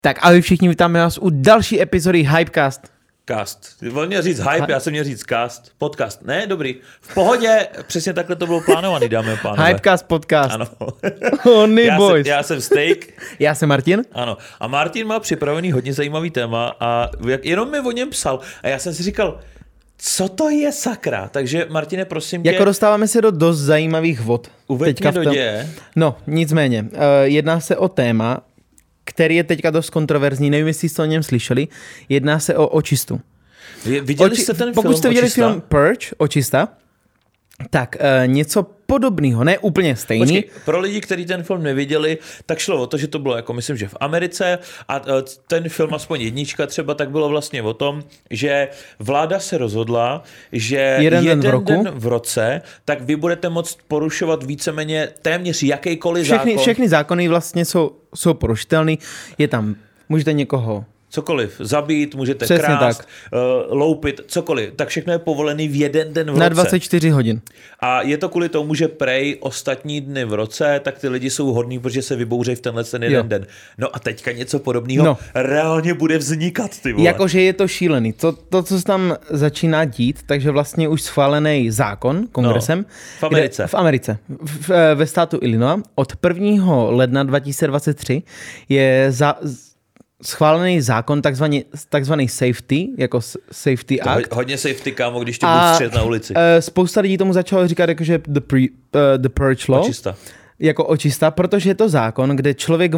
Tak ahoj všichni, vítáme vás u další epizody Hypecast. Cast. On měl říct hype, já jsem měl říct cast. Podcast. Ne, dobrý. V pohodě, přesně takhle to bylo plánovaný, dámy a pánové. Hypecast podcast. Ano. Only boys. Já jsem Steak. Já jsem Martin. Ano. A Martin má připravený hodně zajímavý téma a jenom mi o něm psal. A já jsem si říkal, co to je sakra? Takže Martine, prosím tě. Jako dostáváme se do dost zajímavých vod. Uveď mě do děje. No, nicméně. Jedná se o téma, který je teďka dost kontroverzní, nevím, jestli jste o něm slyšeli. Jedná se o očistu. Viděli jste ten film Pokud jste viděli Očista? film Purge, Očista, tak něco podobného, ne úplně stejný. Počkej, pro lidi, kteří ten film neviděli, tak šlo o to, že to bylo jako myslím, že v Americe a ten film, aspoň jednička třeba, tak bylo vlastně o tom, že vláda se rozhodla, že jeden den v roce, tak vy budete moct porušovat víceméně téměř jakýkoliv zákon. Všechny zákony vlastně jsou porušitelný. Je tam, můžete někoho cokoliv, zabít, můžete přesně krást, loupit, cokoliv. Tak všechno je povolený v jeden den v roce. Na 24 hodin. A je to kvůli tomu, že prej ostatní dny v roce, tak ty lidi jsou hodní, protože se vybouřejí v tenhle ten jeden den. No a teďka něco podobného reálně bude vznikat, ty vole. Jakože je to šílený. To, co se tam začíná dít, takže vlastně už schválený zákon kongresem. V Americe. V Americe. Ve státu Illinois od 1. ledna 2023 je schválený zákon, takzvaný safety, jako safety act. Hodně safety, kámo, když tě budu střet na ulici. Spousta lidí tomu začalo říkat jakože the purge law. Očista. Jako očista, protože je to zákon, kde člověk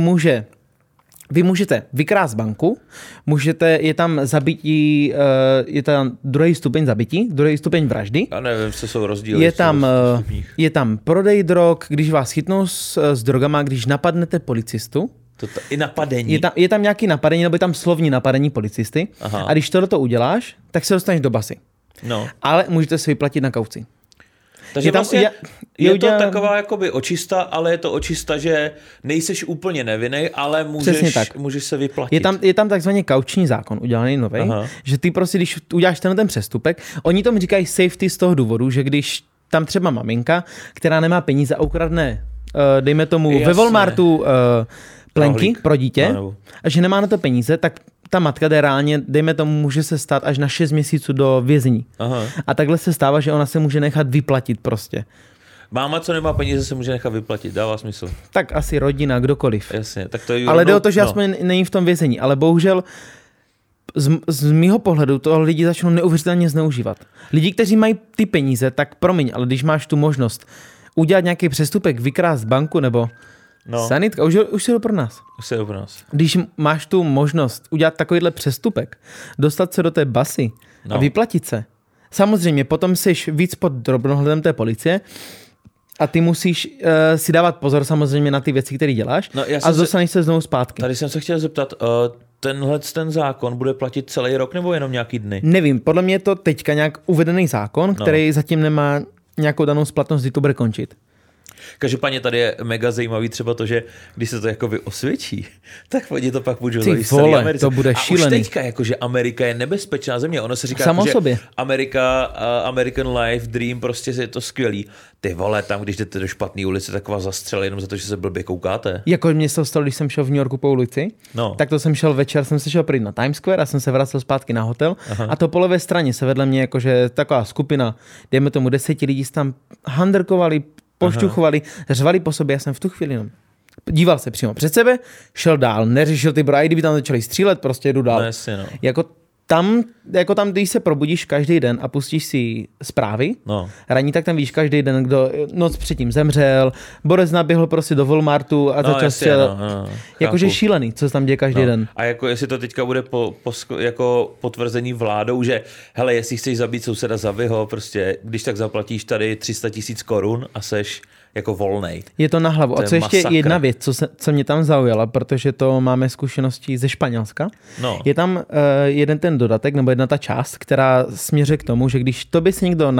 vy můžete vykrást banku, je tam zabití, je tam druhý stupeň zabití, druhý stupeň vraždy. Já nevím, co jsou rozdíly. Je tam prodej drog, když vás chytnou s drogama, když napadnete policistu. I napadení. Je tam nějaký napadení, nebo je tam slovní napadení policisty. Aha. A když tohleto uděláš, tak se dostaneš do basy. No. Ale můžete si vyplatit na kauci. Takže vlastně je to taková jakoby očista, ale je to očista, že nejseš úplně nevinnej, ale můžeš se vyplatit. Je tam takzvaný kauční zákon udělaný novej, že ty prostě, když uděláš ten přestupek, oni tomu říkají safety z toho důvodu, že když tam třeba maminka, která nemá peníze a ukradne, dejme tomu ve Walmartu plenky pro dítě, a že nemá na to peníze, tak ta matka jde reálně, dejme tomu, může se stát až na 6 měsíců do vězení. Aha. A takhle se stává, že ona se může nechat vyplatit prostě. Máma, co nemá peníze, se může nechat vyplatit, dává smysl. Tak asi rodina, kdokoliv. Jasně, tak to je ale jde o to, že aspoň není v tom vězení, ale bohužel z mýho pohledu to lidi začnou neuvěřitelně zneužívat. Lidi, kteří mají ty peníze, tak promiň, ale když máš tu možnost udělat nějaký přestupek, vykrást banku nebo sanitka, už se to pro nás. Když máš tu možnost udělat takovýhle přestupek, dostat se do té basy a vyplatit se. Samozřejmě, potom jsi víc pod drobnohledem té policie a ty musíš si dávat pozor samozřejmě na ty věci, které děláš a dostaneš se znovu zpátky. Tady jsem se chtěl zeptat, ten zákon bude platit celý rok nebo jenom nějaký dny? Nevím, podle mě je to teďka nějak uvedený zákon, který zatím nemá nějakou danou splatnost, kdy to bude končit. Každopádně tady je mega zajímavý třeba to, že když se to jakoby osvědčí, tak oni to pak můžou zavést v celé Americe. To bude šílený. A už teďka, jakože Amerika je nebezpečná země. Ono se říká, že Amerika, American Life, Dream, prostě je to skvělý. Ty vole, tam, když jdete do špatné ulice, tak vás zastřelí jenom za to, že se blbě koukáte. Jako mě se stalo, když jsem šel v New Yorku po ulici, tak to jsem šel večer, jsem se šel prý na Times Square a jsem se vracel zpátky na hotel. A to po levé straně se vedle mě jakože taková skupina, dejme tomu 10 lidí, tam handrkovali, pošťuchovali, řvali po sobě, já jsem v tu chvíli jenom díval se přímo před sebe, šel dál, neřešil ty brajdy, kdyby tam začali střílet, prostě jdu dál. Jako tam, když se probudíš každý den a pustíš si zprávy, ranní, tak tam víš každý den, kdo noc předtím zemřel, Borec naběhl prostě do Walmartu a začal střílet. Jakože šílený, co se tam děje každý den. A jako jestli to teďka bude jako potvrzení vládou, že hele, jestli chceš zabít souseda, zabij ho, prostě, když tak zaplatíš tady 300 000 korun a seš jako volnej. Je to na hlavu. A co ještě jedna věc, co mě tam zaujala, protože to máme zkušenosti ze Španělska. Je tam jeden ten dodatek, nebo jedna ta část, která směřuje k tomu, že když to by se někdo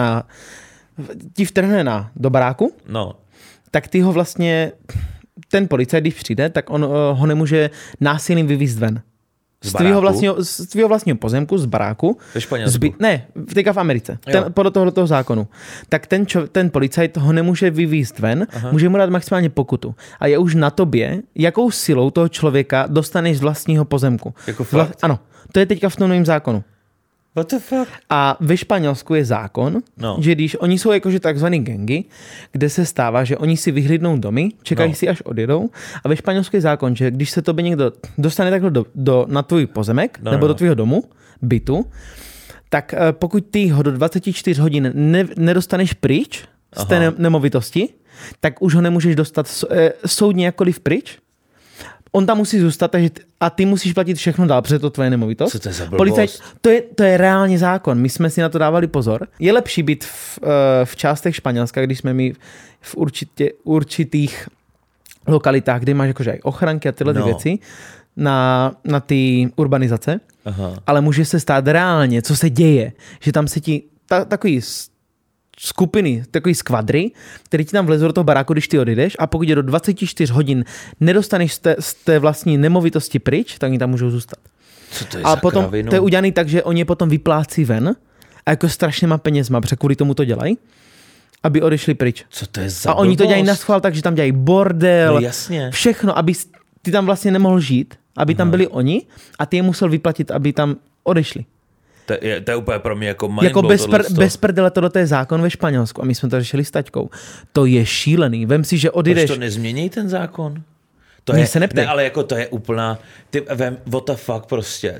ti vtrhne do baráku, tak ty ho vlastně, ten policajt, když přijde, tak on ho nemůže násilím vyvízt ven. z tvýho vlastního pozemku, z baráku. Ve Španělsku? Ne, teďka v Americe. Podle tohoto zákonu. Tak ten policajt ho nemůže vyvízt ven, může mu dát maximálně pokutu. A je už na tobě, jakou silou toho člověka dostaneš z vlastního pozemku. Jako fakt? Ano, to je teďka v tom novém zákonu. What the fuck? A ve Španělsku je zákon, že když oni jsou jakože takzvaný gangy, kde se stává, že oni si vyhlídnou domy, čekají si, až odjedou. A ve Španělsku je zákon, že když se tobě někdo dostane takhle na tvůj pozemek nebo do tvýho domu, bytu, tak pokud ty ho do 24 hodin nedostaneš pryč z té nemovitosti, tak už ho nemůžeš dostat soudně jakkoliv pryč. On tam musí zůstat a ty musíš platit všechno dál, protože to tvoje nemovitost. Co to je za blbost? To je reálně zákon. My jsme si na to dávali pozor. Je lepší být v částech Španělska, když jsme my v určitých lokalitách, kde máš jakože ochranky a tyhle ty věci na ty urbanizace. Ale může se stát reálně, co se děje, že tam se ti takový skupiny, takový skvadry, který ti tam vlezou do toho baráku, když ty odejdeš, a pokud je do 24 hodin nedostaneš z té vlastní nemovitosti pryč, tak oni tam můžou zůstat. Co to je a za potom kravinu? to je udělaný tak, že oni je potom vyplácí ven a jako strašněma penězma, protože kvůli tomu to dělají, aby odešli pryč. Co to je za A oni to dělají na schvál, takže tam dělají bordel, všechno, aby ty tam vlastně nemohl žít, aby tam byli oni a ty je musel vyplatit, aby tam odešli. To je úplně pro mě jako mindblow. Jako bez prdele to je zákon ve Španělsku a my jsme to řešili s taťkou. To je šílený. Vem si, že odejdeš. Proč to nezmění ten zákon? Mě se neptej. Ne, ale jako to je úplná, what the fuck prostě,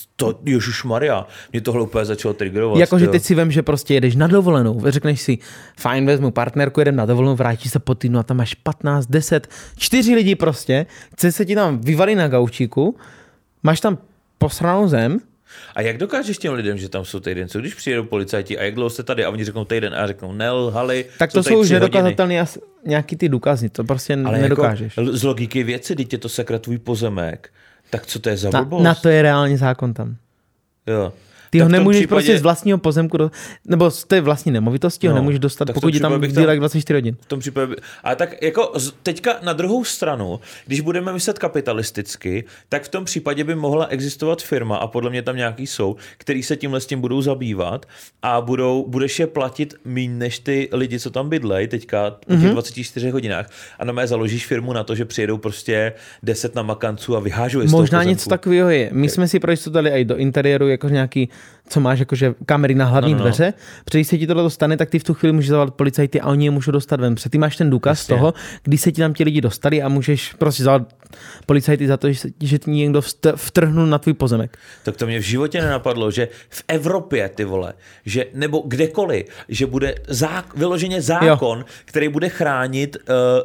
ježišmarja, mě tohle úplně začalo triggerovat. Jakože teď si vem, že prostě jedeš na dovolenou, řekneš si, fajn, vezmu partnerku, jedem na dovolenou, vrátíš se po týdnu a tam máš 15, 10, 4 lidi prostě, chce se ti tam vyvalí na gaučíku, máš tam posranou zem. A jak dokážeš těm lidem, že tam jsou týden? Co když přijedou policajti a jak dlouho jste tady a oni řeknou týden a řeknou nelhali? Tak to jsou už nedokazatelné nějaký ty důkazy, to prostě ale nedokážeš. Jako z logiky věci, teď je to sakra tvůj pozemek, tak co to je za blbost? Na to je reálně zákon tam. Jo. Ty ho nemůžeš prostě z vlastního pozemku, nebo z té vlastní nemovitosti ho nemůžeš dostat, pokud je tam dílek 24 hodin. V tom případě ale tak jako teďka na druhou stranu, když budeme myslet kapitalisticky, tak v tom případě by mohla existovat firma, a podle mě tam nějaký jsou, který se tímhle s tím budou zabývat a budeš je platit míň než ty lidi, co tam bydlej teďka po těch 24 hodinách. A na mé založíš firmu na to, že přijedou prostě 10 namakanců a vyhážou je z toho pozemku. Možná něco takového je. My jsme si dali i do interiéru jako nějaký, co máš jakože kamery na hlavní dveře. Když se ti tohle dostane, tak ty v tu chvíli můžeš zavolat policajty a oni je můžou dostat ven. Protože ty máš ten důkaz toho, kdy se ti tam ti lidi dostali a můžeš prostě zavolat policajty za to, že ti někdo vtrhnul na tvůj pozemek. Tak to mě v životě nenapadlo, že v Evropě, ty vole, že nebo kdekoliv, že bude vyloženě zákon, který bude chránit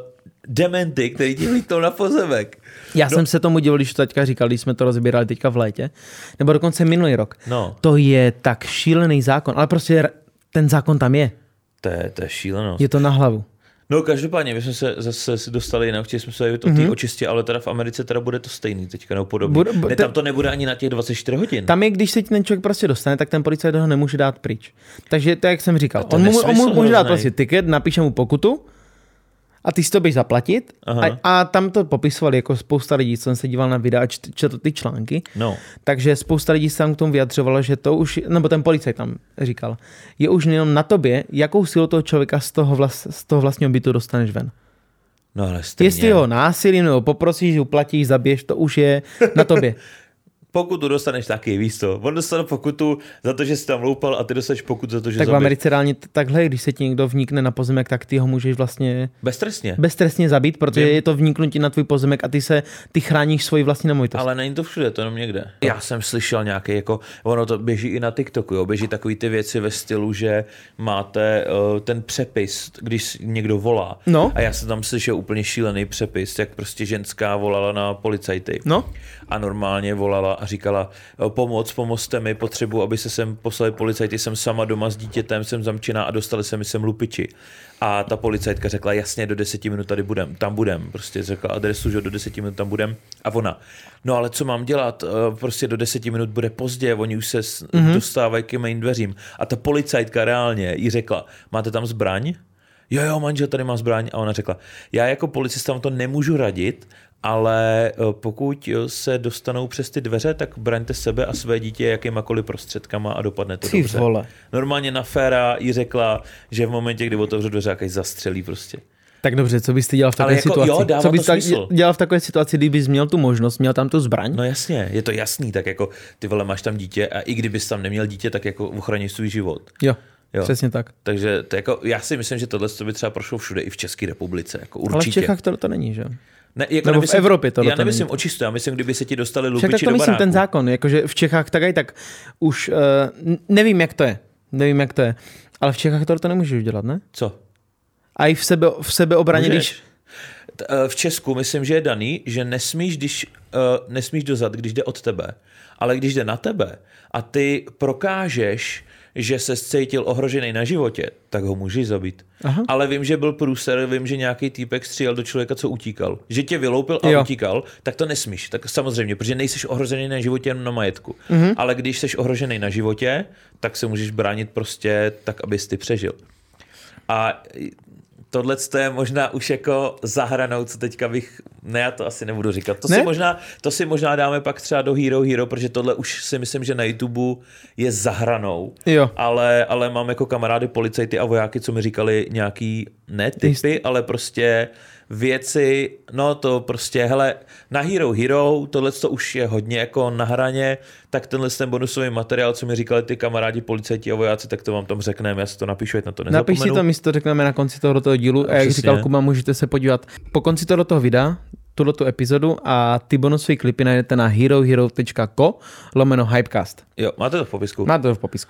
dementy, který ti vlítnou na pozemek. Já jsem se tomu divil, když to teďka říkal, když jsme to rozbírali teďka v létě, nebo dokonce minulý rok. To je tak šílený zákon, ale prostě ten zákon tam je. To je šílenost. Je to na hlavu. No každopádně, my jsme se zase dostali jinak, chtěli jsme se o té očistě, ale teda v Americe teda bude to stejný teďka, nebo podobně. Tam to nebude ani na těch 24 hodin. Tam je, když se ten člověk prostě dostane, tak ten policajt ho nemůže dát pryč. Takže to, jak jsem říkal, on mu může dát prostě tiket, napíše mu pokutu, a ty si to běž zaplatit a tam to popisovali jako spousta lidí, co jsem se díval na videa a četl ty články. Takže spousta lidí se tam k tomu vyjadřovalo, že to už, nebo ten policajt tam říkal, je už jenom na tobě, jakou silu toho člověka z toho vlastního bytu dostaneš ven. No ale stejně. Jestli ho násilím nebo poprosíš, uplatíš, zabiješ, to už je na tobě. Pokutu dostaneš taky, víš to. On dostane pokutu za to, že jsi tam loupal a ty dostaneš pokutu za to, že tak v Americe reálně takhle, když se ti někdo vnikne na pozemek, tak ty ho můžeš vlastně beztrestně zabít, protože je to vniknutí na tvůj pozemek a ty chráníš svoji vlastní nemovitost. Ale není to všude, to jenom někde. Já jsem slyšel nějaký, jako ono to běží i na TikToku, jo, běží takový ty věci ve stylu, že máte ten přepis, když někdo volá. A já jsem tam slyšel úplně šílený přepis, jak prostě ženská volala na policajty. A normálně volala a říkala, pomozte mi, potřebuji, aby se sem poslali policajti, jsem sama doma s dítětem, jsem zamčená a dostali se mi sem lupiči. A ta policajtka řekla, jasně, do 10 minut tady tam budem. Prostě řekla adresu, že do 10 minut tam budem. A ona, no ale co mám dělat? Prostě do 10 minut bude pozdě, oni už se dostávají k mým dveřím. A ta policajtka reálně jí řekla, máte tam zbraň? jo, manžel tady má zbraň. A ona řekla, já jako policista vám to nemůžu radit, ale pokud se dostanou přes ty dveře, tak braňte sebe a své dítě jakýmakoliv prostředkama a dopadne to dobře. Vole. Normálně na féra jí řekla, že v momentě, kdy otevřu dveře, jak zastřelí prostě. Tak dobře, co bys ty dělal v takové situaci? Jo, co bys dělal v takové situaci, kdybys měl tu možnost, měl tam tu zbraň? No jasně, je to jasný, tak jako ty vole máš tam dítě a i kdybys tam neměl dítě, tak jako ochraníš svůj život. Jo. Přesně tak. Takže to jako, já si myslím, že tohle by třeba prošlo všude i v České republice. Jako určitě. Ale v Čechách to není, že? Ne, jako nebo v Evropě to já nemyslím očistu, já myslím, kdyby se ti dostali lupiči do baráku. Tak to myslím ten zákon, jakože v Čechách tak už nevím, jak to je. Ale v Čechách to nemůžeš dělat, ne? Co? A i v sebeobraně, když... V Česku myslím, že je daný, že nesmíš dozad, když jde od tebe. Ale když jde na tebe a ty prokážeš, že se cítil ohrožený na životě, tak ho můžeš zabít. Aha. Ale vím, že byl průser, vím, že nějaký týpek střílel do člověka, co utíkal. Že tě vyloupil a utíkal, tak to nesmíš. Tak samozřejmě, protože nejseš ohrožený na životě, jen na majetku. Mhm. Ale když jsi ohrožený na životě, tak se můžeš bránit prostě tak, abys ty přežil. A tohle je možná už jako za hranou, co teďka bych... Ne, já to asi nebudu říkat. To si možná dáme pak třeba do Hero, protože tohle už si myslím, že na YouTube je za hranou. Jo. Ale mám jako kamarády policajty a vojáky, co mi říkali nějaký, ne tipy, ale prostě věci, no to prostě, hele, na Hero, tohle to už je hodně jako na hraně, tak tenhle ten bonusový materiál, co mi říkali ty kamarádi policajti a vojáci, tak to vám tam řekneme, já si to napíšu, ať na to nezapomenu. Napiš si to, my si to řekneme na konci tohoto dílu a jak říkal Kuba, můžete se podívat po konci tohoto videa, tuto epizodu a ty bonusové klipy najdete na herohero.co/hypecast. Jo, máte to v popisku. Máte to v popisku.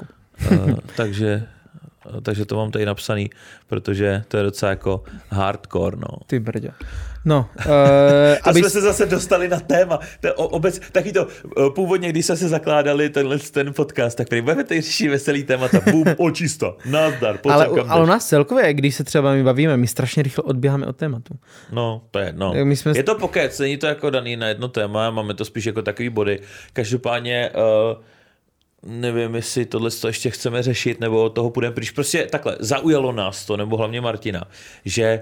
Takže to mám tady napsaný, protože to je docela jako hardcore, no. Ty brdě. No, jsme se zase dostali na téma. Taky to původně, když jsme se zakládali ten podcast, tak budeme tady řešit veselý témata. Bum, očista, nazdar, ale u nás celkově, když se třeba my bavíme, my strašně rychle odběháme od tématu. No, to je, no. Je to pokec, není to jako daný na jedno téma, máme to spíš jako takový body. Každopádně nevím, jestli tohle ještě chceme řešit, nebo toho půjdeme pryč. Prostě takhle, zaujalo nás to, nebo hlavně Martina, že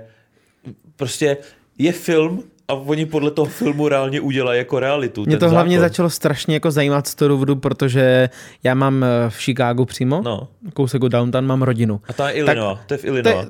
prostě je film a oni podle toho filmu reálně udělají jako realitu. Mě to hlavně začalo strašně jako zajímat z toho důvodu, protože já mám v Chicagu přímo, kousek od downtown, mám rodinu. A ta je Illinois, to je v Illinois.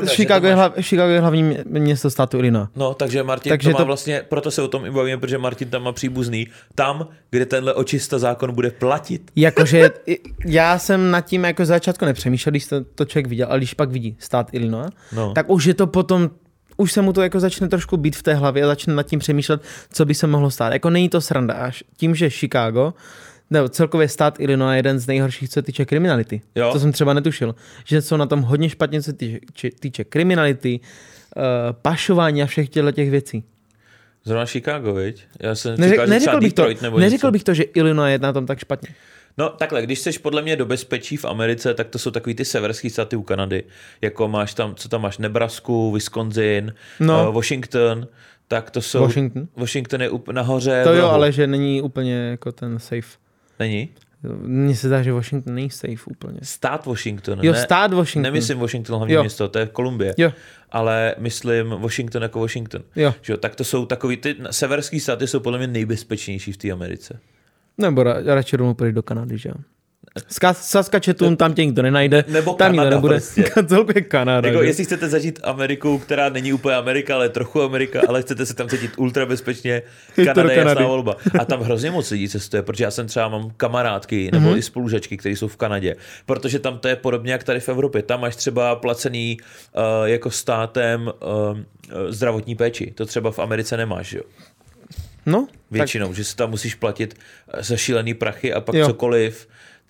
Chicago je hlavní město státu Illinois. No, takže Martin to má vlastně, proto se o tom i bavíme, protože Martin tam má příbuzný, tam, kde tenhle očista zákon bude platit. Jakože já jsem nad tím jako začátku nepřemýšlel, když to člověk viděl, ale když pak vidí stát Illinois, tak už je to potom už se mu to jako začne trošku být v té hlavě a začne nad tím přemýšlet, co by se mohlo stát. Jako není to sranda. Až tím, že Chicago, nebo celkově stát Illinois je jeden z nejhorších, co se týče kriminality. Jo. To jsem třeba netušil. Že jsou na tom hodně špatně, co se týče kriminality, pašování a všech těch věcí. Zrovna Chicago, viď? Já jsem říkal, že třeba Detroit nebo něco. Neřekl bych to, že Illinois je na tom tak špatně. No takhle, když jsi podle mě do bezpečí v Americe, tak to jsou takový ty severský státy u Kanady. Jako máš tam, co tam máš, Nebrasku, Wisconsin, Washington, tak to jsou... Washington je nahoře. To jo, ale že není úplně jako ten safe. Není? Mně se zdá, že Washington není safe úplně. Stát Washington. Jo, stát Washington. Nemyslím Washington hlavní město, to je v Kolumbie. Jo. Ale myslím Washington jako Washington. Jo. Že, tak to jsou takový, ty severský státy jsou podle mě nejbezpečnější v té Americe. Nebo radši rovnou půjdeš do Kanady, že jo? Saskatchewan, tam tě nikdo nenajde, nebo tam Kanada, nikdo nebude. Prostě. Celkově Kanada. Jako, jestli chcete zažít Ameriku, která není úplně Amerika, ale trochu Amerika, ale chcete se tam cítit ultra bezpečně, Kanada je jasná volba. A tam hrozně moc lidí cestuje, protože já jsem třeba mám kamarádky nebo i spolužačky, které jsou v Kanadě, protože tam to je podobně jak tady v Evropě. Tam máš třeba placený jako státem zdravotní péči. To třeba v Americe nemáš, jo? No, většinou, že si tam musíš platit za šílený prachy a pak cokoliv,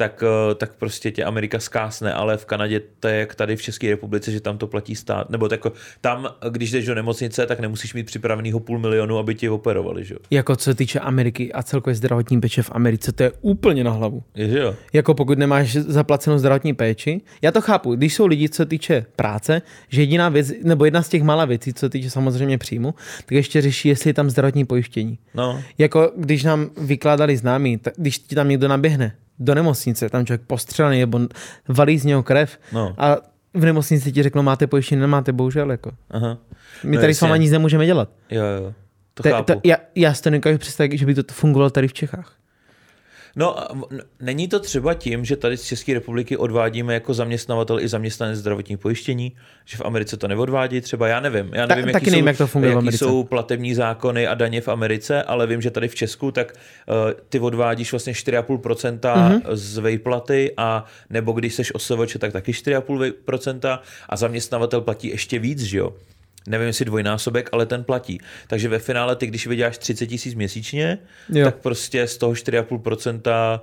tak prostě tě Amerika zkásne, ale v Kanadě to je jak tady v České republice, že tam to platí stát, nebo tak, tam, když jdeš do nemocnice, tak nemusíš mít připravenýho 500 000, aby ti operovali, že? Jako co se týče Ameriky a celkově zdravotní péče v Americe, to je úplně na hlavu. Je, že jo? Jako pokud nemáš zaplacenou zdravotní péči, já to chápu, když jsou lidi, co se týče práce, že jediná věc, nebo jedna z těch mála věcí, co se týče samozřejmě příjmu, tak ještě řeší, jestli je tam zdravotní pojištění. No. Jako když nám vykládali známí, když ti tam někdo naběhne do nemocnice, tam člověk postřelený nebo valí z něho krev a v nemocnici ti řeknou, máte pojištění, nemáte, bohužel. Jako. Aha. My tady s váma nic nemůžeme dělat. Jo, to chápu. Já si to nedokážu představit, že by to fungovalo tady v Čechách. No, není to třeba tím, že tady z České republiky odvádíme jako zaměstnavatel i zaměstnanec zdravotní pojištění, že v Americe to neodvádí třeba, já nevím, jak to funguje v Americe. Jaký jsou platební zákony a daně v Americe, ale vím, že tady v Česku, tak ty odvádíš vlastně 4,5% z výplaty a nebo když seš OSVČ, tak taky 4,5% a zaměstnavatel platí ještě víc, že jo? Nevím, jestli dvojnásobek, ale ten platí. Takže ve finále ty, když vyděláš 30 000 měsíčně, tak prostě z toho 4,5%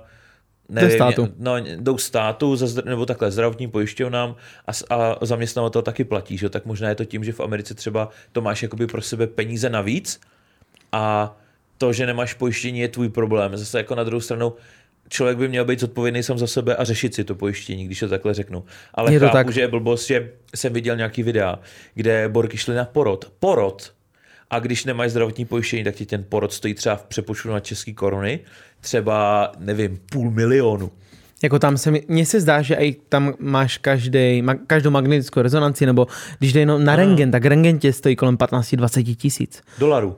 jdou státu nebo takhle zdravotním pojišťovnám a zaměstnavatel taky platí. Že? Tak možná je to tím, že v Americe třeba to máš jakoby pro sebe peníze navíc a to, že nemáš pojištění, je tvůj problém. Zase jako na druhou stranu člověk by měl být zodpovědný sám za sebe a řešit si to pojištění, když to takhle řeknu. Ale chápu, že je blbost, že jsem viděl nějaký videa, kde borky šly na porod. A když nemáš zdravotní pojištění, tak ti ten porod stojí třeba v přepočtu na české koruny, třeba, nevím, 500 000. Jako tam mně se zdá, že i tam máš každou magnetickou rezonanci, nebo když jde jenom na rentgen, tak rentgen tě stojí kolem 15-20 tisíc. Dolarů.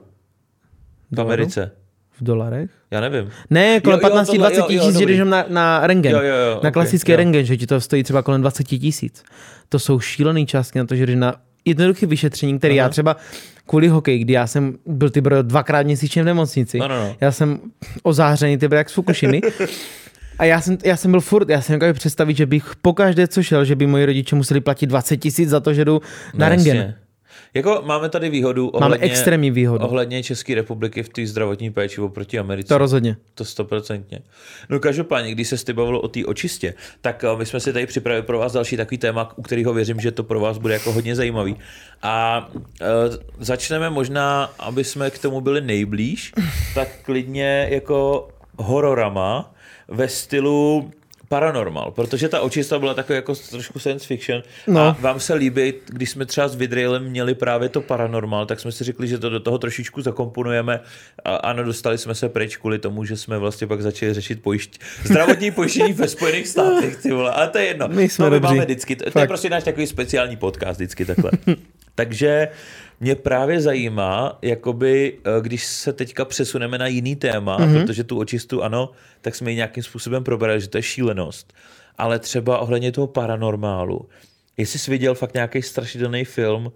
V Americe. V dolarech? Já nevím. Ne, kolem 15-20 tisíc, že jdeš na rentgen. Na klasický rentgen, že ti to stojí třeba kolem 20 tisíc. To jsou šílený částky na to, že jdeš na jednoduché vyšetření, které já třeba kvůli hokeji, kdy já jsem byl dvakrát měsíčně v nemocnici. Já jsem ozářený jak z Fukushimy. A já jsem byl furt, já jsem nemohl představit, že bych pokaždé, co šel, že by moji rodiče museli platit 20 000 za to, že jdu na rentgen. Jako máme tady výhodu extrémní výhodu ohledně České republiky v té zdravotní péči oproti Americe. To rozhodně. To 100%. No každopádně, když se bavilo o té očistě, tak my jsme si tady připravili pro vás další takový téma, u kterého věřím, že to pro vás bude jako hodně zajímavý. A začneme možná, aby jsme k tomu byli nejblíž, tak klidně jako hororama ve stylu Paranormal, protože ta očista byla taková jako trošku science fiction a vám se líbí, když jsme třeba s Vidrailem měli právě to Paranormal, tak jsme si řekli, že to do toho trošičku zakomponujeme a ano, dostali jsme se pryč kvůli tomu, že jsme vlastně pak začali řešit zdravotní pojištění ve Spojených státech, ty vole, ale to je jedno. My máme vždycky, to je prostě náš takový speciální podcast vždycky takhle. Takže mě právě zajímá, jakoby, když se teďka přesuneme na jiný téma, protože tu očistu, ano, tak jsme ji nějakým způsobem probrali, že to je šílenost. Ale třeba ohledně toho paranormálu. Jestli jsi viděl fakt nějaký strašidelný film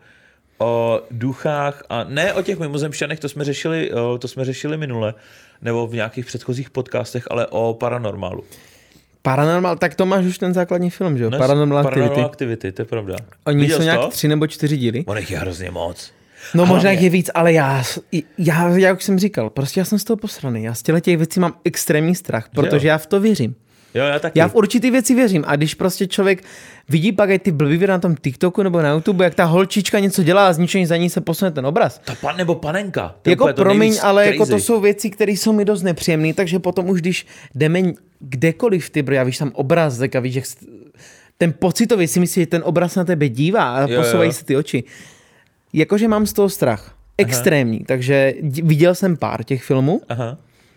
o duchách, a ne o těch mimozemšťanech, to jsme řešili minule, nebo v nějakých předchozích podcastech, ale o paranormálu. Paranormal, tak to máš už ten základní film, že jo? Paranormal Activity, to je pravda. Oni jsou nějak 3 nebo 4 díly. On je hrozně moc. No možná je víc, ale já jak jsem říkal, prostě já jsem z toho posraný. Já z těch věcí mám extrémní strach, protože já v to věřím. Jo, já taky. Já v určitý věci věřím a když prostě člověk vidí pak i ty blbý videa na tom TikToku nebo na YouTube, jak ta holčička něco dělá a z ničeho za ní se posune ten obraz. Nebo panenka. Jako promiň, ale jako to jsou věci, které jsou mi dost nepříjemné, takže potom už když jdeme kdekoliv ty já víš tam obrazek a víš, jak ten pocitově si myslí, že ten obraz na tebe dívá a posouvají se ty oči. Jakože mám z toho strach. Extrémní, takže viděl jsem pár těch filmů. Aha.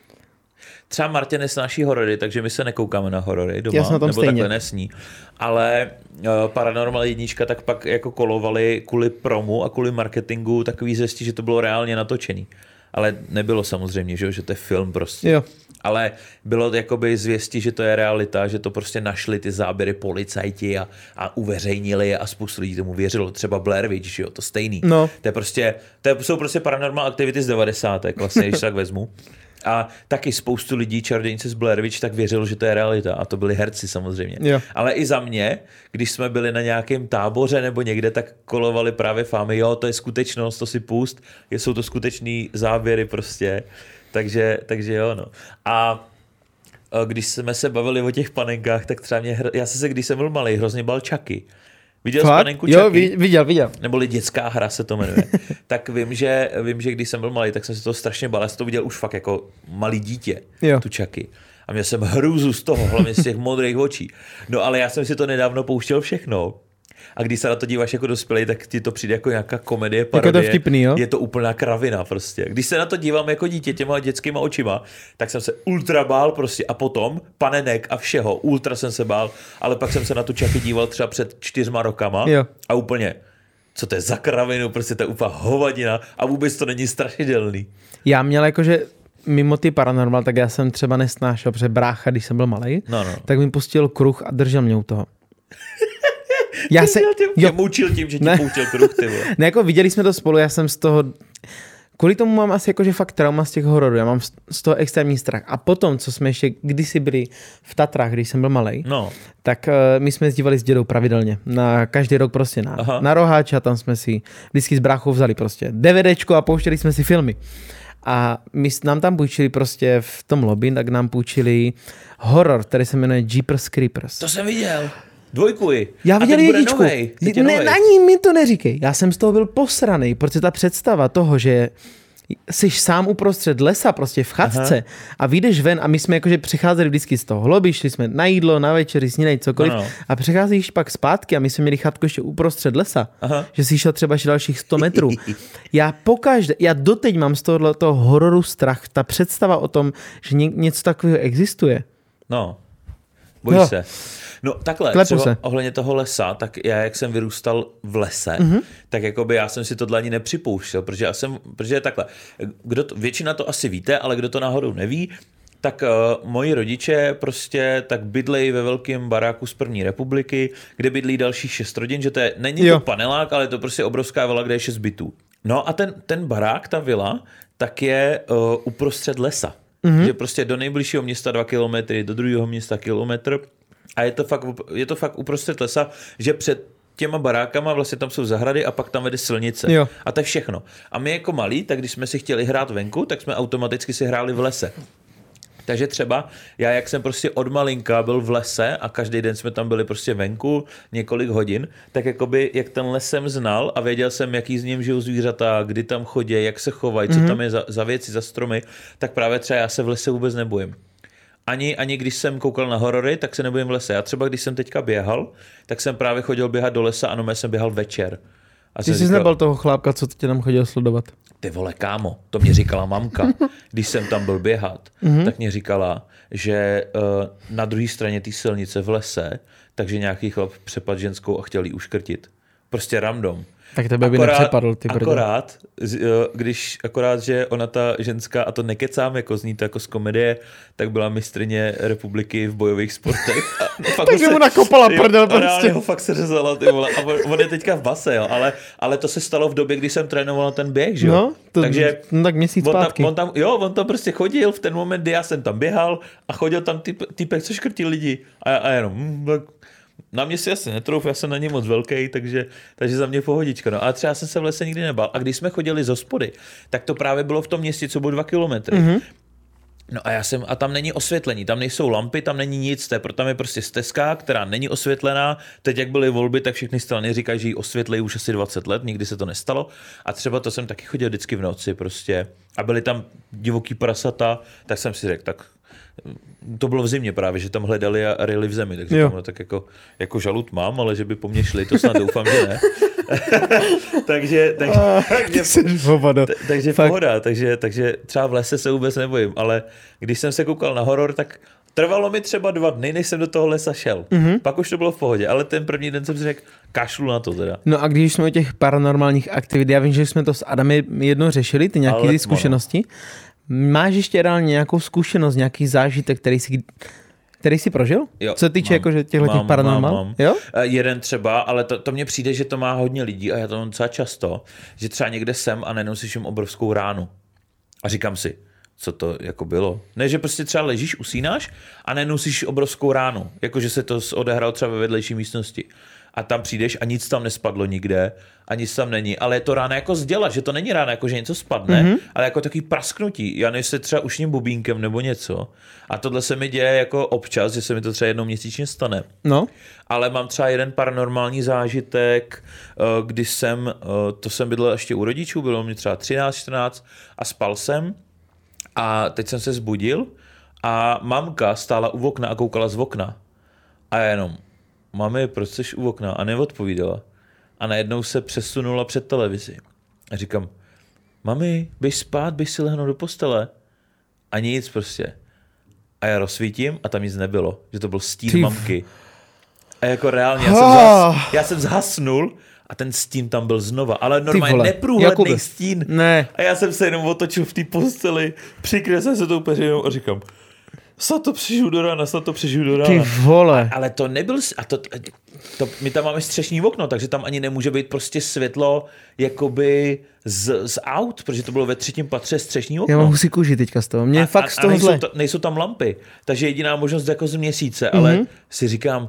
Třeba Martě nesnáší horory, takže my se nekoukáme na horory doma, nebo stejně. Takhle nesní. Ale Paranormal 1 tak pak jako kolovali kvůli promu a kvůli marketingu takový zvěstí, že to bylo reálně natočený. Ale nebylo samozřejmě, že to je film prostě. Jo. Ale bylo to jakoby zvěstí, že to je realita, že to prostě našli ty záběry policajti a uveřejnili a spoustu lidí tomu věřilo. Třeba Blair Witch, že jo, to stejný. No. To jsou prostě Paranormal Activity z 90. vlastně, když tak vezmu. A taky spoustu lidí, čarodějnice z Blair Witch, tak věřilo, že to je realita. A to byli herci samozřejmě. Jo. Ale i za mě, když jsme byli na nějakém táboře nebo někde, tak kolovali právě fámy. Jo, to je skutečnost, to si pust. Jsou to skutečný záběry prostě. Takže jo, no. A když jsme se bavili o těch panenkách, tak třeba já jsem se, když jsem byl malý, hrozně bal Chucky. Viděl jsi panenku Chucky? Jo, viděl. Neboli dětská hra se to jmenuje. Tak vím, že když jsem byl malý, tak jsem se toho strašně bál. Já jsem to viděl už fakt jako malý dítě, tu Chucky. A měl jsem hrůzu z toho, hlavně z těch modrých očí. No ale já jsem si to nedávno pouštěl všechno. A když se na to díváš jako dospělý, tak ti to přijde jako nějaká komedie, parodie. Je to vtipný, jo? Je to úplná kravina prostě. Když se na to dívám jako dítě těma dětskýma očima, tak jsem se ultra bál prostě a potom panenek a všeho, ultra jsem se bál, ale pak jsem se na tu Chucky díval třeba před 4 rokama a úplně, co to je za kravinu, prostě to je úplná hovadina a vůbec to není strašidelný. Já měl jakože mimo ty paranormal, tak já jsem třeba nesnášel, protože brácha, když jsem byl malej, tak mi pustil kruh a držel mě u toho. Já se moučil tím, že ti poučil kruh, ty vole. Ne, jako viděli jsme to spolu, já jsem z toho, kvůli tomu mám asi jakože fakt trauma z těch hororů, já mám z toho extrémní strach. A potom, co jsme ještě kdysi byli v Tatrách, když jsem byl malej, tak my jsme jezdívali s dědou pravidelně, na každý rok prostě na Roháč a tam jsme si vždycky s bráchou vzali prostě DVDčko a pouštěli jsme si filmy. A nám tam půjčili prostě v tom lobby, tak nám půjčili horor, který se jmenuje Jeepers Creepers. To jsem viděl. 2. Já viděl jedničku. Ne, ani mi to neříkej. Já jsem z toho byl posranej, protože ta představa toho, že jsi sám uprostřed lesa, prostě v chatce a vyjdeš ven a my jsme jakože přecházeli vždycky z toho lobby, šli jsme na jídlo, na večeři, snídej, cokoliv a přecházíš pak zpátky a my jsme měli chatku ještě uprostřed lesa, že jsi šel třeba ještě dalších 100 metrů. Já doteď mám z toho hororu strach, ta představa o tom, že něco takového existuje. No, bojíš se. No takhle, třeba ohledně toho lesa, tak já, jak jsem vyrůstal v lese, tak jakoby já jsem si tohle ani nepřipouštěl, protože takhle, většina to asi víte, ale kdo to náhodou neví, tak moji rodiče prostě tak bydlejí ve velkém baráku z první republiky, kde bydlí dalších 6 rodin, že není to panelák, ale je to prostě obrovská vila, kde je 6 bytů. No a ten barák, ta vila, tak je uprostřed lesa. Že prostě do nejbližšího města 2 kilometry, do druhého města kilometr. A je to fakt uprostřed lesa, že před těma barákama vlastně tam jsou zahrady a pak tam vede silnice. Jo. A to je všechno. A my jako malí, tak když jsme si chtěli hrát venku, tak jsme automaticky si hráli v lese. Takže třeba já, jak jsem prostě od malinka byl v lese a každý den jsme tam byli prostě venku několik hodin, tak jakoby jak ten les jsem znal a věděl jsem, jaký z něm žijou zvířata, kdy tam chodí, jak se chovají, co tam je za věci, za stromy, tak právě třeba já se v lese vůbec nebojím. Ani když jsem koukal na horory, tak se nebojím v lese. Já třeba, když jsem teďka běhal, tak jsem právě chodil běhat do lesa a já jsem běhal večer. A ty jsi nebyl toho chlápka, co tě tam chodil sledovat? Ty vole, kámo, to mě říkala mamka. Když jsem tam byl běhat, tak mě říkala, že na druhé straně té silnice v lese, takže nějaký chlap přepadl ženskou a chtěl jí uškrtit. Prostě random. Tak tebe by nepřepadl, ty brdo. Akorát, že ona ta ženská, a to nekecám, jako zní to jako z komedie, tak byla mistryně republiky v bojových sportech. Takže mu nakopala prdel prostě. Reálně ho fakt se řezala, ty vole. A on je teďka v base, jo. Ale to se stalo v době, kdy jsem trénoval ten běh, že jo. No, takže tak měsíc zpátky. On tam prostě chodil v ten moment, kdy já jsem tam běhal a chodil tam týpek, co škrtil lidi. A jenom... Na mě si asi netrouf, já jsem na ně moc velký, takže za mě pohodička. No. Ale třeba jsem se v lese nikdy nebál. A když jsme chodili z hospody, tak to právě bylo v tom městě, co bylo 2 kilometry. No a tam není osvětlení, tam nejsou lampy, tam není nic, tam je prostě stezka, která není osvětlená. Teď, jak byly volby, tak všechny strany říkají, že ji osvětlí už asi 20 let, nikdy se to nestalo. A třeba to jsem taky chodil vždycky v noci prostě. A byly tam divoký prasata, tak jsem si řekl, tak to bylo v zimě právě, že tam hledali a ryli v zemi, takže tam, tak jako žalud mám, ale že by po mně šli, to snad doufám, že ne. takže pohoda, takže třeba v lese se vůbec nebojím, ale když jsem se koukal na horor, tak trvalo mi třeba 2 dny, než jsem do toho lesa šel. Pak už to bylo v pohodě, ale ten první den jsem si řekl, kašlu na to teda. No a když jsme o těch paranormálních aktivit, já vím, že jsme to s Adamem jednou řešili, ty nějaké zkušenosti. Máš ještě reálně nějakou zkušenost, nějaký zážitek, který jsi prožil? Jo, co se týče jakože těchto paranormal? Mám. Jo? Jeden třeba, ale to mně přijde, že to má hodně lidí a já to mám docela často, že třeba někde jsem a najednou slyším obrovskou ránu. A říkám si, co to jako bylo. Ne, že prostě třeba ležíš, usínáš a najednou slyšíš obrovskou ránu. Jakože se to odehrálo třeba ve vedlejší místnosti. A tam přijdeš a nic tam nespadlo nikde a nic tam není, ale je to rána jako z děla, že to není rána jako, že něco spadne, ale jako takový prasknutí. Já nevím, se třeba ušním bubínkem nebo něco. A tohle se mi děje jako občas, že se mi to třeba jednou měsíčně stane. No. Ale mám třeba jeden paranormální zážitek, když jsem bydlel ještě u rodičů, bylo mi třeba 13, 14 a spal jsem a teď jsem se zbudil a mamka stála u okna a koukala z okna. A já jenom... mami, proč jsi u okna? A neodpovídala. A najednou se přesunula před televizi. A říkám, mami, běž spát, běž si lehnout do postele. A nic prostě. A já rozsvítím a tam nic nebylo. Že to byl stín mamky. A jako reálně, já jsem zhasnul a ten stín tam byl znova. Ale normálně neprůhledný stín. Ne. A já jsem se jenom otočil v té posteli, přikryl jsem se tou peřinou a říkám, snad to přežiju do rána. Ty vole. Ale to nebyl, my tam máme střešní okno, takže tam ani nemůže být prostě světlo jakoby z aut, protože to bylo ve 3. patře střešní okno. Já mám husí kůži teďka z toho, mě fakt z toho zle. Nejsou tam lampy, takže jediná možnost jako z měsíce, ale si říkám,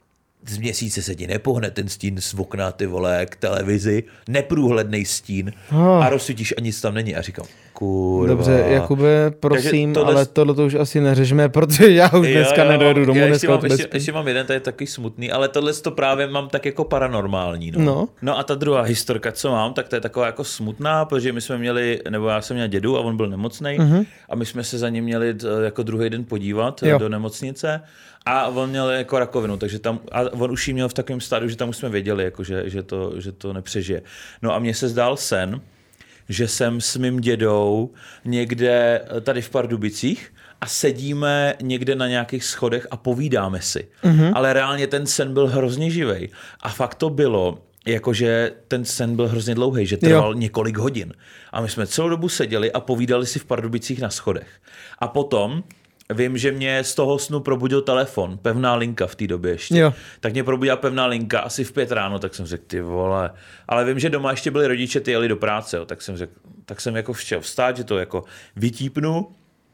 z měsíce se ti nepohne ten stín z okna, ty vole, k televizi, neprůhlednej stín a rozsvítíš a nic tam není. A říkám, kurva. Dobře, Jakube, prosím, ale tohle už asi neřešme, protože já už dneska nedojedu domů. Ještě mám jeden, to je takový smutný, ale tohle to právě mám tak jako paranormální. No a ta druhá historka, co mám, tak to je taková jako smutná, protože my jsme měli, nebo já jsem měl dědu a on byl nemocnej a my jsme se za ním měli jako druhý den podívat do nemocnice. A on měl jako rakovinu, takže tam, a on už ji měl v takovém stádiu, že tam už jsme věděli, jako že to nepřežije. No a mně se zdál sen, že jsem s mým dědou někde tady v Pardubicích a sedíme někde na nějakých schodech a povídáme si. Ale reálně ten sen byl hrozně živej. A fakt to bylo, jakože ten sen byl hrozně dlouhý, že trval několik hodin. A my jsme celou dobu seděli a povídali si v Pardubicích na schodech. A potom vím, že mě z toho snu probudil telefon, pevná linka v té době ještě. Jo. Tak mě probudila pevná linka asi v 5 ráno, tak jsem řekl, ty vole. Ale vím, že doma ještě byli rodiče, ty jeli do práce, jo. Tak jsem jako chtěl vstát, že to jako vytípnu.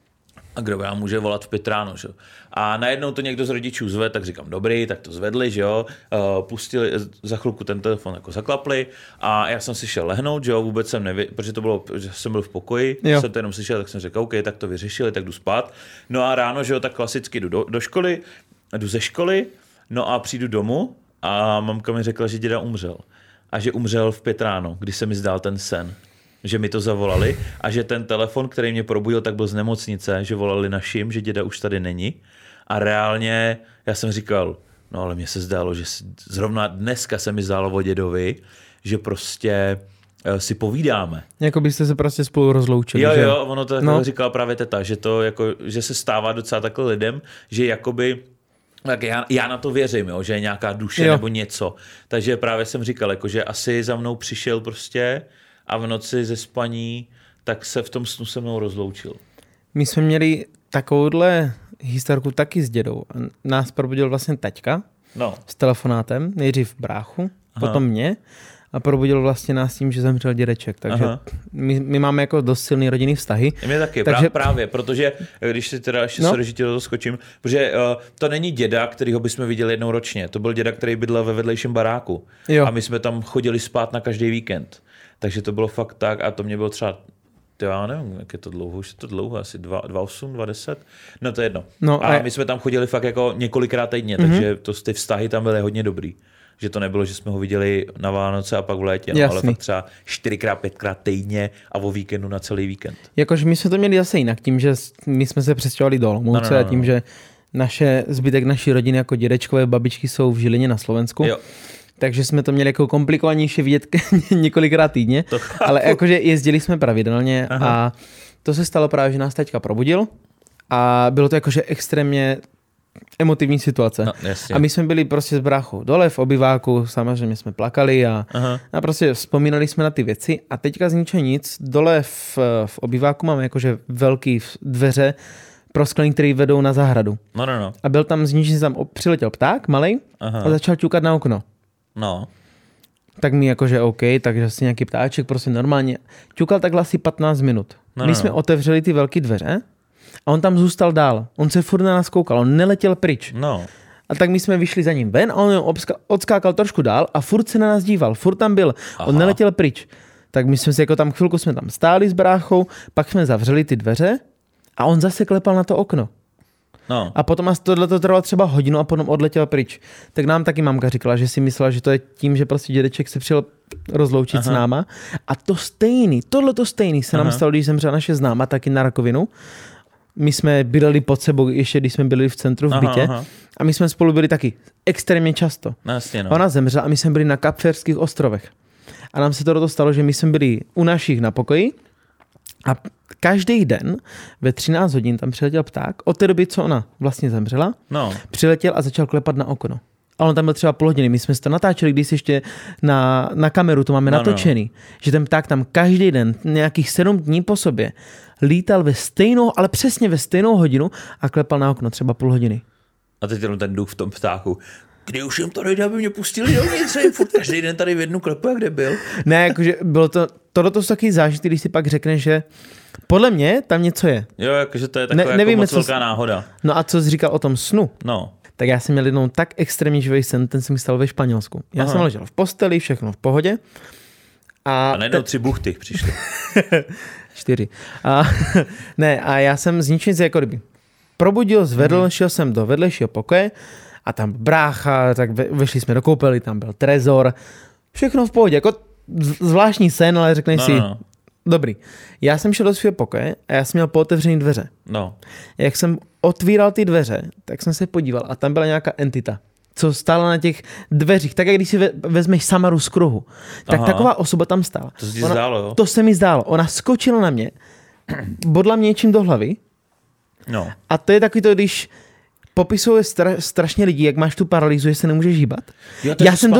A kdo já může volat v 5 ráno, že jo. A najednou to někdo z rodičů zve, tak říkám, dobrý, tak to zvedli, že jo. Pustili, za chvilku ten telefon jako zaklapli a já jsem si šel lehnout, že jo, vůbec jsem protože to bylo, že jsem byl v pokoji, jsem to jenom slyšel, tak jsem řekl, OK, tak to vyřešili, tak jdu spát. No a ráno, že jo, tak klasicky jdu do školy, jdu ze školy, no a přijdu domů a mamka mi řekla, že děda umřel. A že umřel v 5 ráno, kdy se mi zdál ten sen. Že mi to zavolali a že ten telefon, který mě probudil, tak byl z nemocnice, že volali našim, že děda už tady není. A reálně já jsem říkal, no ale mně se zdálo, že zrovna dneska se mi zdálo o dědovi, že prostě si povídáme. Jako byste se prostě spolu rozloučili. Jo, ono to jako říkala právě teta, že to jako, že se stává docela takhle lidem, že jakoby tak já na to věřím, jo, že je nějaká duše nebo něco. Takže právě jsem říkal, jako, že asi za mnou přišel prostě a v noci ze spaní, tak se v tom snu se mnou rozloučil. My jsme měli takovouhle historku taky s dědou. Nás probudil vlastně taťka s telefonátem, nejdřív bráchu, potom mě a probudil vlastně nás tím, že zemřel dědeček. Takže my máme jako dost silný rodinný vztahy. Mě taky, takže právě, protože když si teda ještě do toho skočím, protože to není děda, kterýho bychom viděli jednou ročně. To byl děda, který bydlel ve vedlejším baráku. Jo. A my jsme tam chodili spát na každý víkend. Takže to bylo fakt tak a to mě bylo třeba, já nevím, jak je to dlouho, už je to dlouho, asi 2,8, 2,10, no to je jedno. No, a my jsme tam chodili fakt jako několikrát týdně, takže ty vztahy tam byly hodně dobrý. Že to nebylo, že jsme ho viděli na Vánoce a pak v létě, no, ale fakt třeba 4x, 5x týdně a o víkendu na celý víkend. Jakože my jsme to měli zase jinak, tím, že my jsme se přestěhovali do Olomouce a tím, že zbytek naší rodiny jako dědečkové babičky jsou v Žilině na Slovensku. Jo. Takže jsme to měli jako komplikovanější vidět několikrát týdně, ale jakože jezdili jsme pravidelně a to se stalo právě, že nás teďka probudil a bylo to jakože extrémně emotivní situace. No, a my jsme byli prostě s bráchou dole v obyváku, samozřejmě jsme plakali a prostě vzpomínali jsme na ty věci a teďka z ničeho nic, dole v obyváku máme jakože velký dveře prosklený, který vedou na zahradu. No. A byl tam z ničeho tam přiletěl pták malej a začal ťukat na okno. No. Tak mi jakože OK, takže asi nějaký ptáček, prostě normálně. Ťukal takhle asi 15 minut. My jsme otevřeli ty velké dveře a on tam zůstal dál. On se furt na nás koukal, on neletěl pryč. No. A tak my jsme vyšli za ním ven a on odskákal trošku dál a furt se na nás díval, furt tam byl. On neletěl pryč. Tak my jsme si jako tam chvilku jsme tam stáli s bráchou, pak jsme zavřeli ty dveře a on zase klepal na to okno. No. A potom tohle to trvalo třeba hodinu a potom odletěl pryč. Tak nám taky mamka říkala, že si myslela, že to je tím, že prostě dědeček se přijel rozloučit s náma. A tohle stejný se nám stalo, když zemřela naše známa taky na rakovinu. My jsme bydleli pod sebou, ještě když jsme byli v centru v bytě. A my jsme spolu byli taky extrémně často. Jasně, no. Ona zemřela a my jsme byli na Kapverdských ostrovech. A nám se to stalo, že my jsme byli u našich na pokoji a každý den ve 13 hodin tam přiletěl pták. Od té doby, co ona vlastně zemřela, přiletěl a začal klepat na okno. A on tam byl třeba půl hodiny. My jsme si to natáčeli, když ještě na kameru to máme natočený. Že ten pták tam každý den, nějakých 7 dní po sobě, lítal ale přesně ve stejnou hodinu a klepal na okno třeba půl hodiny. A teď ten duch v tom ptáku. Kdy už jim to dojde, aby mě pustili dovnitř, furt každý den tady v jednu klepu, jak kde byl. Ne, jakože bylo to, tohle jsou takový zážitky, když si pak řekne, že podle mě tam něco je. Jo, jakože to je taková jako moc velká náhoda. No a co jsi říkal o tom snu? No. Tak já jsem měl jednou tak extrémně živý sen, ten se mi stal ve Španělsku. Já jsem ležel v posteli, všechno v pohodě. A najednou 3 buchty přišly. 4. A já jsem z ničím jako kdyby probudil, zvedl, šel jsem do vedlejšího pokoje a tam brácha, tak vešli jsme do koupely, tam byl trezor, všechno v pohodě, jako zvláštní sen, ale řekneš si, dobrý. Já jsem šel do svého pokoje a já jsem měl pootevřený dveře. No. Jak jsem otvíral ty dveře, tak jsem se podíval a tam byla nějaká entita, co stála na těch dveřích, tak jak když si vezmeš Samaru z kruhu, tak taková osoba tam stála. To se ti zdálo, jo? To se mi zdálo. Ona skočila na mě, bodla mě něčím do hlavy. No. A to je takový to, když popisuje strašně lidí, jak máš tu paralýzu, že se nemůžeš hýbat. Jo,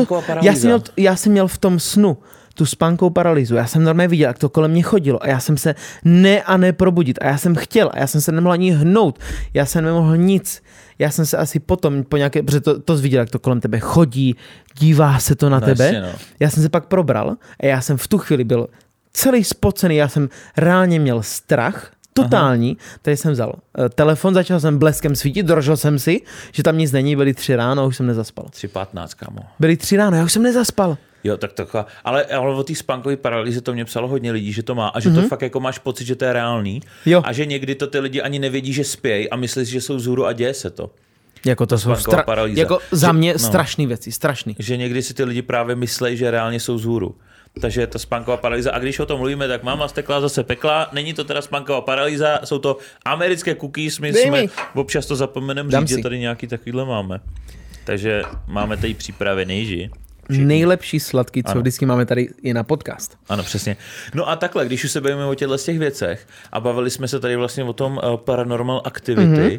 já jsem měl v tom snu tu spánkovou paralýzu. Já jsem normálně viděl, jak to kolem mě chodilo a já jsem se neprobudit a já jsem chtěl a já jsem se nemohl ani hnout. Já jsem nemohl nic. Já jsem se asi potom po nějaké, protože to viděl, jak to kolem tebe chodí, dívá se to na tebe. Jasně, no. Já jsem se pak probral a já jsem v tu chvíli byl celý spocený, já jsem reálně měl strach, totální, tady jsem vzal telefon, začal jsem bleskem svítit, držel jsem si, že tam nic není, byly 3 ráno a už jsem nezaspal. 3:15, kámo. Byly 3 ráno, já už jsem nezaspal. Jo, tak taková, ale o té spánkové paralýze to mě psalo hodně lidí, že to má a že to fakt jako máš pocit, že to je reálný. Jo. A že někdy to ty lidi ani nevědí, že spějí a myslí, že jsou vzhůru a děje se to. Jako to jsou jako za mě strašný věci, strašný. Že někdy si ty lidi právě myslí, že reálně jsou vzhůru. Takže je to spánková paralýza. A když o tom mluvíme, tak máma stekla zase pekla. Není to teda spánková paralýza, jsou to americké cookies. My jsme občas to zapomeneme říct, že tady nějaký takovýhle máme. Takže máme tady připravený, že? Nejlepší sladký, co vždycky máme tady, je na podcast. Ano, přesně. No a takhle, když už se bavíme o těchto těch věcech a bavili jsme se tady vlastně o tom Paranormal Activity,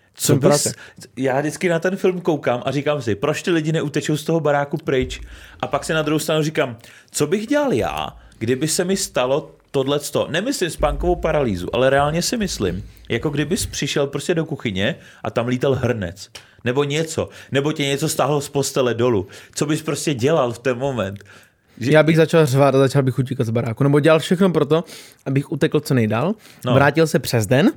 já vždycky na ten film koukám a říkám si, proč ty lidi neutečou z toho baráku pryč? A pak si na druhou stranu říkám, co bych dělal já, kdyby se mi stalo tohleto. Nemyslím spánkovou paralýzu, ale reálně si myslím, jako kdybys přišel prostě do kuchyně a tam lítal hrnec. Nebo něco. Nebo tě něco stáhlo z postele dolů. Co bys prostě dělal v ten moment? Já bych začal řvát a začal bych utíkat z baráku. Nebo dělal všechno proto, abych utekl co nejdál. Vrátil se přes den.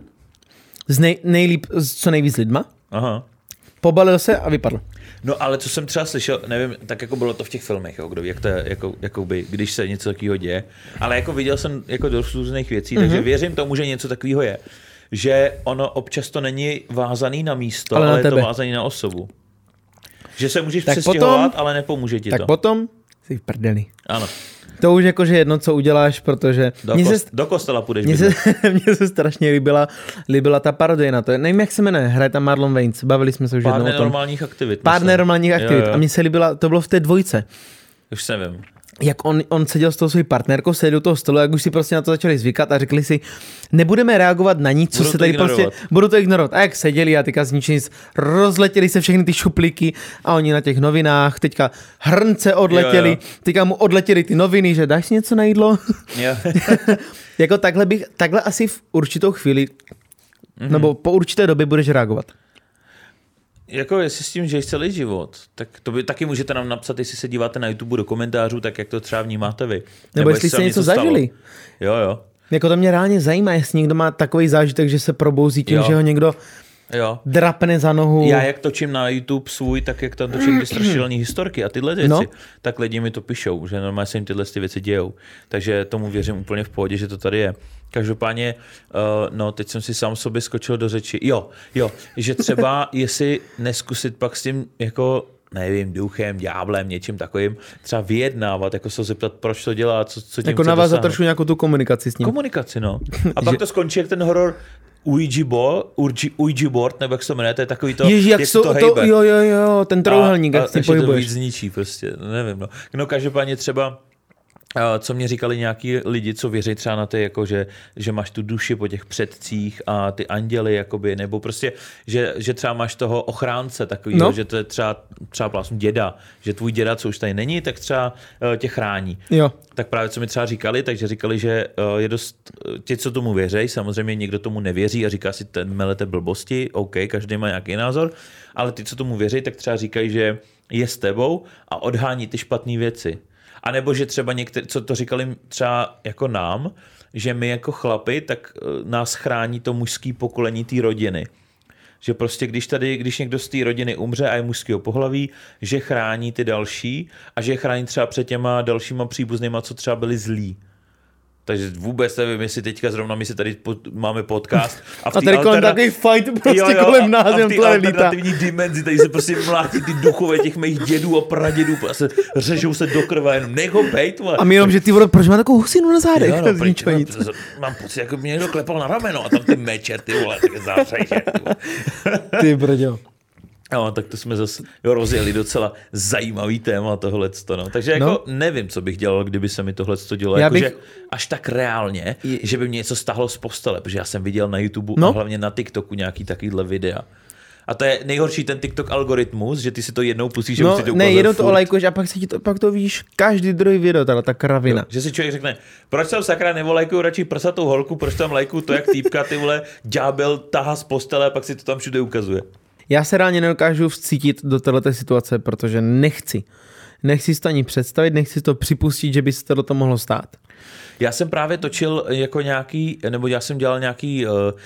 Co nejvíc lidma. Aha. Pobalil se a vypadl. No ale co jsem třeba slyšel, nevím, tak jako bylo to v těch filmech, jo, jak to je, jakoby, když se něco takového děje. Ale jako viděl jsem jako dost různých věcí, takže věřím tomu, že něco takového je. Že ono občas to není vázaný na místo, ale je to vázaný na osobu. Že se můžeš přestěhovat, ale nepomůže ti to. Tak potom jsi v prdeli. Ano. To už jakože jedno, co uděláš, protože... Do kostela půjdeš Mně se strašně líbila ta parodie na to. Nevím, jak se jmenuje, hraje tam Marlon Wayans. Bavili jsme se už jednou o tom. Pár nenormálních aktivit. A mně se líbila, to bylo v té 2. Už se nevím. Jak on seděl s tou svou partnerkou, seděl do toho stolu, jak už si prostě na to začali zvykat a řekli si, nebudeme reagovat na nic, co se tady prostě, budu to ignorovat. A jak seděli a teďka z ničeho nic, rozletěli se všechny ty šuplíky a oni na těch novinách, teďka hrnce odletěli, teďka mu odletěli ty noviny, že dáš si něco na jídlo? Jako takhle asi v určitou chvíli, nebo po určité době budeš reagovat. Jako jestli s tím žiješ celý život, tak to by taky můžete nám napsat, jestli se díváte na YouTube do komentářů, tak jak to třeba vnímáte vy. Nebo jestli jste něco zažili. Jo. Jako to mě reálně zajímá, jestli někdo má takový zážitek, že se probouzí tím, že ho někdo drapne za nohu. Já jak točím na YouTube svůj, tak jak tam točím ty strašidelné historky a tyhle věci, tak lidi mi to píšou, že normálně se jim tyhle věci dějou. Takže tomu věřím úplně v pohodě, že to tady je. Každopádně, teď jsem si sám sobě skočil do řeči. Jo, že třeba jestli neskusit pak s tím jako nevím, duchem, ďáblem, něčím takovým, třeba vyjednávat, jako se zeptat, proč to dělá, co tím jako navázat trošku nějakou tu komunikaci s ním. Komunikaci, no. A pak to skončí jak ten horor, Ouija board, nebo jak se to jmenuje, to je takový to, Ježi, jak to hejbe. Jo, ten trouhelník, jak si pohybuješ. A to víc zničí prostě, nevím, no. No každopádně třeba, co mě říkali nějaký lidi, co věří třeba na ty, jako že máš tu duši po těch předcích a ty anděly, jakoby, nebo prostě, že třeba máš toho ochránce takovýho, že to je třeba vlastně děda, že tvůj děda, co už tady není, tak třeba tě chrání. Jo. Tak právě co mi třeba říkali, takže říkali, že je dost, ti, co tomu věří, samozřejmě někdo tomu nevěří a říká si, ten melete blbosti, OK, každý má nějaký názor, ale ty, co tomu věří, tak třeba říkají, že je s tebou a odhání ty špatné věci. A nebo že třeba někteří, co to říkali třeba jako nám, že my jako chlapi, tak nás chrání to mužský pokolení té rodiny. Že prostě když někdo z té rodiny umře a je mužského pohlaví, že chrání ty další a že je chrání třeba před těma dalšíma příbuznýma, co třeba byli zlí. Takže vůbec nevím, jestli teďka zrovna my si tady máme podcast. A tady kolem takový fight prostě kolem nás. A v té alternativní dimenzi, tady se prostě mlátí ty duchové těch mých dědů a pradědů a se řežou se do krve, jenom nech ho bejt. A my jenom, že ty vole, proč má takovou husinu na zádech? Jo, no, mám pocit, jako mě někdo klepal na rameno a tam ty meče, ty vole, také zářejže. Ty brďo. No, tak to jsme zase rozjeli docela zajímavý téma tohleto. No. Takže jako nevím, co bych dělal, kdyby se mi tohleto dělo. Jakože až tak reálně, že by mě něco stáhlo z postele, protože já jsem viděl na YouTube a hlavně na TikToku nějaký takovýhle videa. A to je nejhorší ten TikTok algoritmus, že ty si to jednou pustíš, že už si to ukazuje jednou to olajkuješ a pak to víš každý druhý video, ta kravina. Jo, že si člověk řekne, proč tam sakra nevolajkuju radši prsatou holku, proč tam lajkuju to, jak týpka, ty vole, ďábel tahá z postele a pak si to tam všude ukazuje. Já se reálně nedokážu vcítit do této situace, protože nechci si to ani představit, nechci to připustit, že by se to do toho mohlo stát. Já jsem právě točil jako já jsem dělal nějaký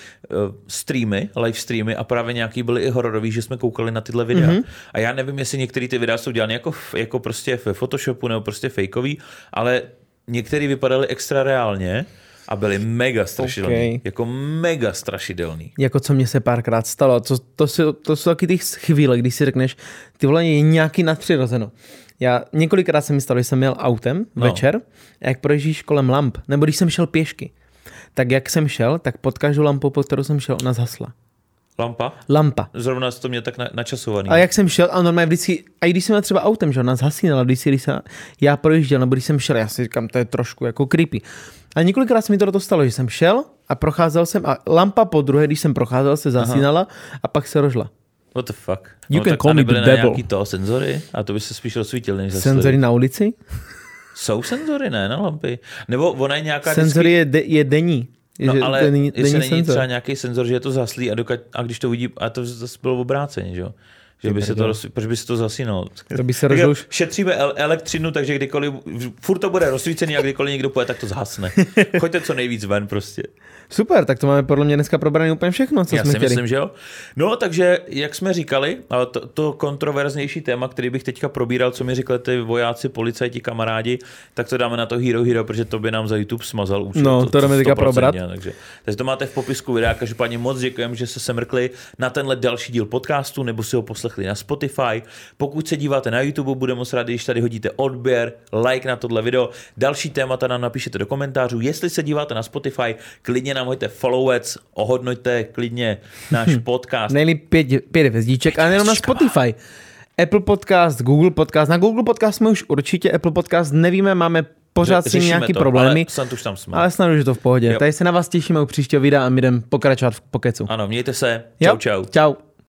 streamy, live streamy a právě nějaký byly i hororový, že jsme koukali na tyhle videa. Mm-hmm. A já nevím, jestli některé ty videa jsou dělané jako prostě ve Photoshopu nebo prostě fejkový, ale některé vypadaly extra reálně. A byly mega strašidelný. Okay. Jako mega strašidelný. Jako co mě se párkrát stalo. To jsou taky ty chvíle, když si řekneš, ty vole, je nějaký nadpřirozeno. Několikrát se mi stalo, že jsem jel autem večer a jak projíždíš kolem lamp, nebo když jsem šel pěšky, tak jak jsem šel, tak pod každou lampou, pod kterou jsem šel, ona zhasla. Lampa. Zrovna to mě tak načasovaný. A jak jsem šel, a normálně vždycky, a když jsem jel třeba autem, že ona zhasínala, když jsem já projížděl, nebo když jsem šel, já si říkám, to je trošku jako creepy. A několikrát se mi to stalo, že jsem šel a procházel jsem a lampa po druhé, když jsem procházel, se zasínala a pak se rožla. What the fuck? You can call me the devil. Nějaký senzory? A to by se spíš rozsvítil, než senzory na ulici? Jsou senzory, ne na lampy. Nebo ona je nějaká... Senzory je denní. No ale jestli není třeba nějaký senzor, že je to zaslý a když to vidí, a to zase bylo v obráceně, že jo? Že by se to, proč by se to zasínalo? To by se rozlož... Šetříme elektřinu, takže kdykoliv, furt to bude rozsvícený a kdykoliv někdo pojede, tak to zhasne. Choďte co nejvíc ven prostě. Super, tak to máme podle mě dneska probrané úplně všechno, co jsme chtěli. Já si myslím, že jo. No, takže, jak jsme říkali, to kontroverznější téma, který bych teďka probíral, co mi říkali ty vojáci, policajti, kamarádi, tak to dáme na to Hero, protože to by nám za YouTube smazal účet. No, to jdeme teďka probrat. Takže to máte v popisku videa. Každopádně moc děkujeme, že se semrkli na tenhle další díl podcastu, nebo si ho poslechli na Spotify. Pokud se díváte na YouTube, budeme moc rádi, když tady hodíte odběr, like na tohle video. Další témata nám napíšete do komentářů. Jestli se díváte na Spotify, klidně nám hoďte followec, ohodnoťte klidně náš podcast. Nejlíp 5 hvězdíček, ale jenom na Spotify. Apple Podcast, Google Podcast. Na Google Podcast jsme už určitě, Apple Podcast nevíme, máme pořád s tím nějaký problémy. Ale snad už je to v pohodě. Jo. Tady se na vás těšíme u příštího videa a my jdeme pokračovat v pokecu. Ano, mějte se. Čau, čau. Čau.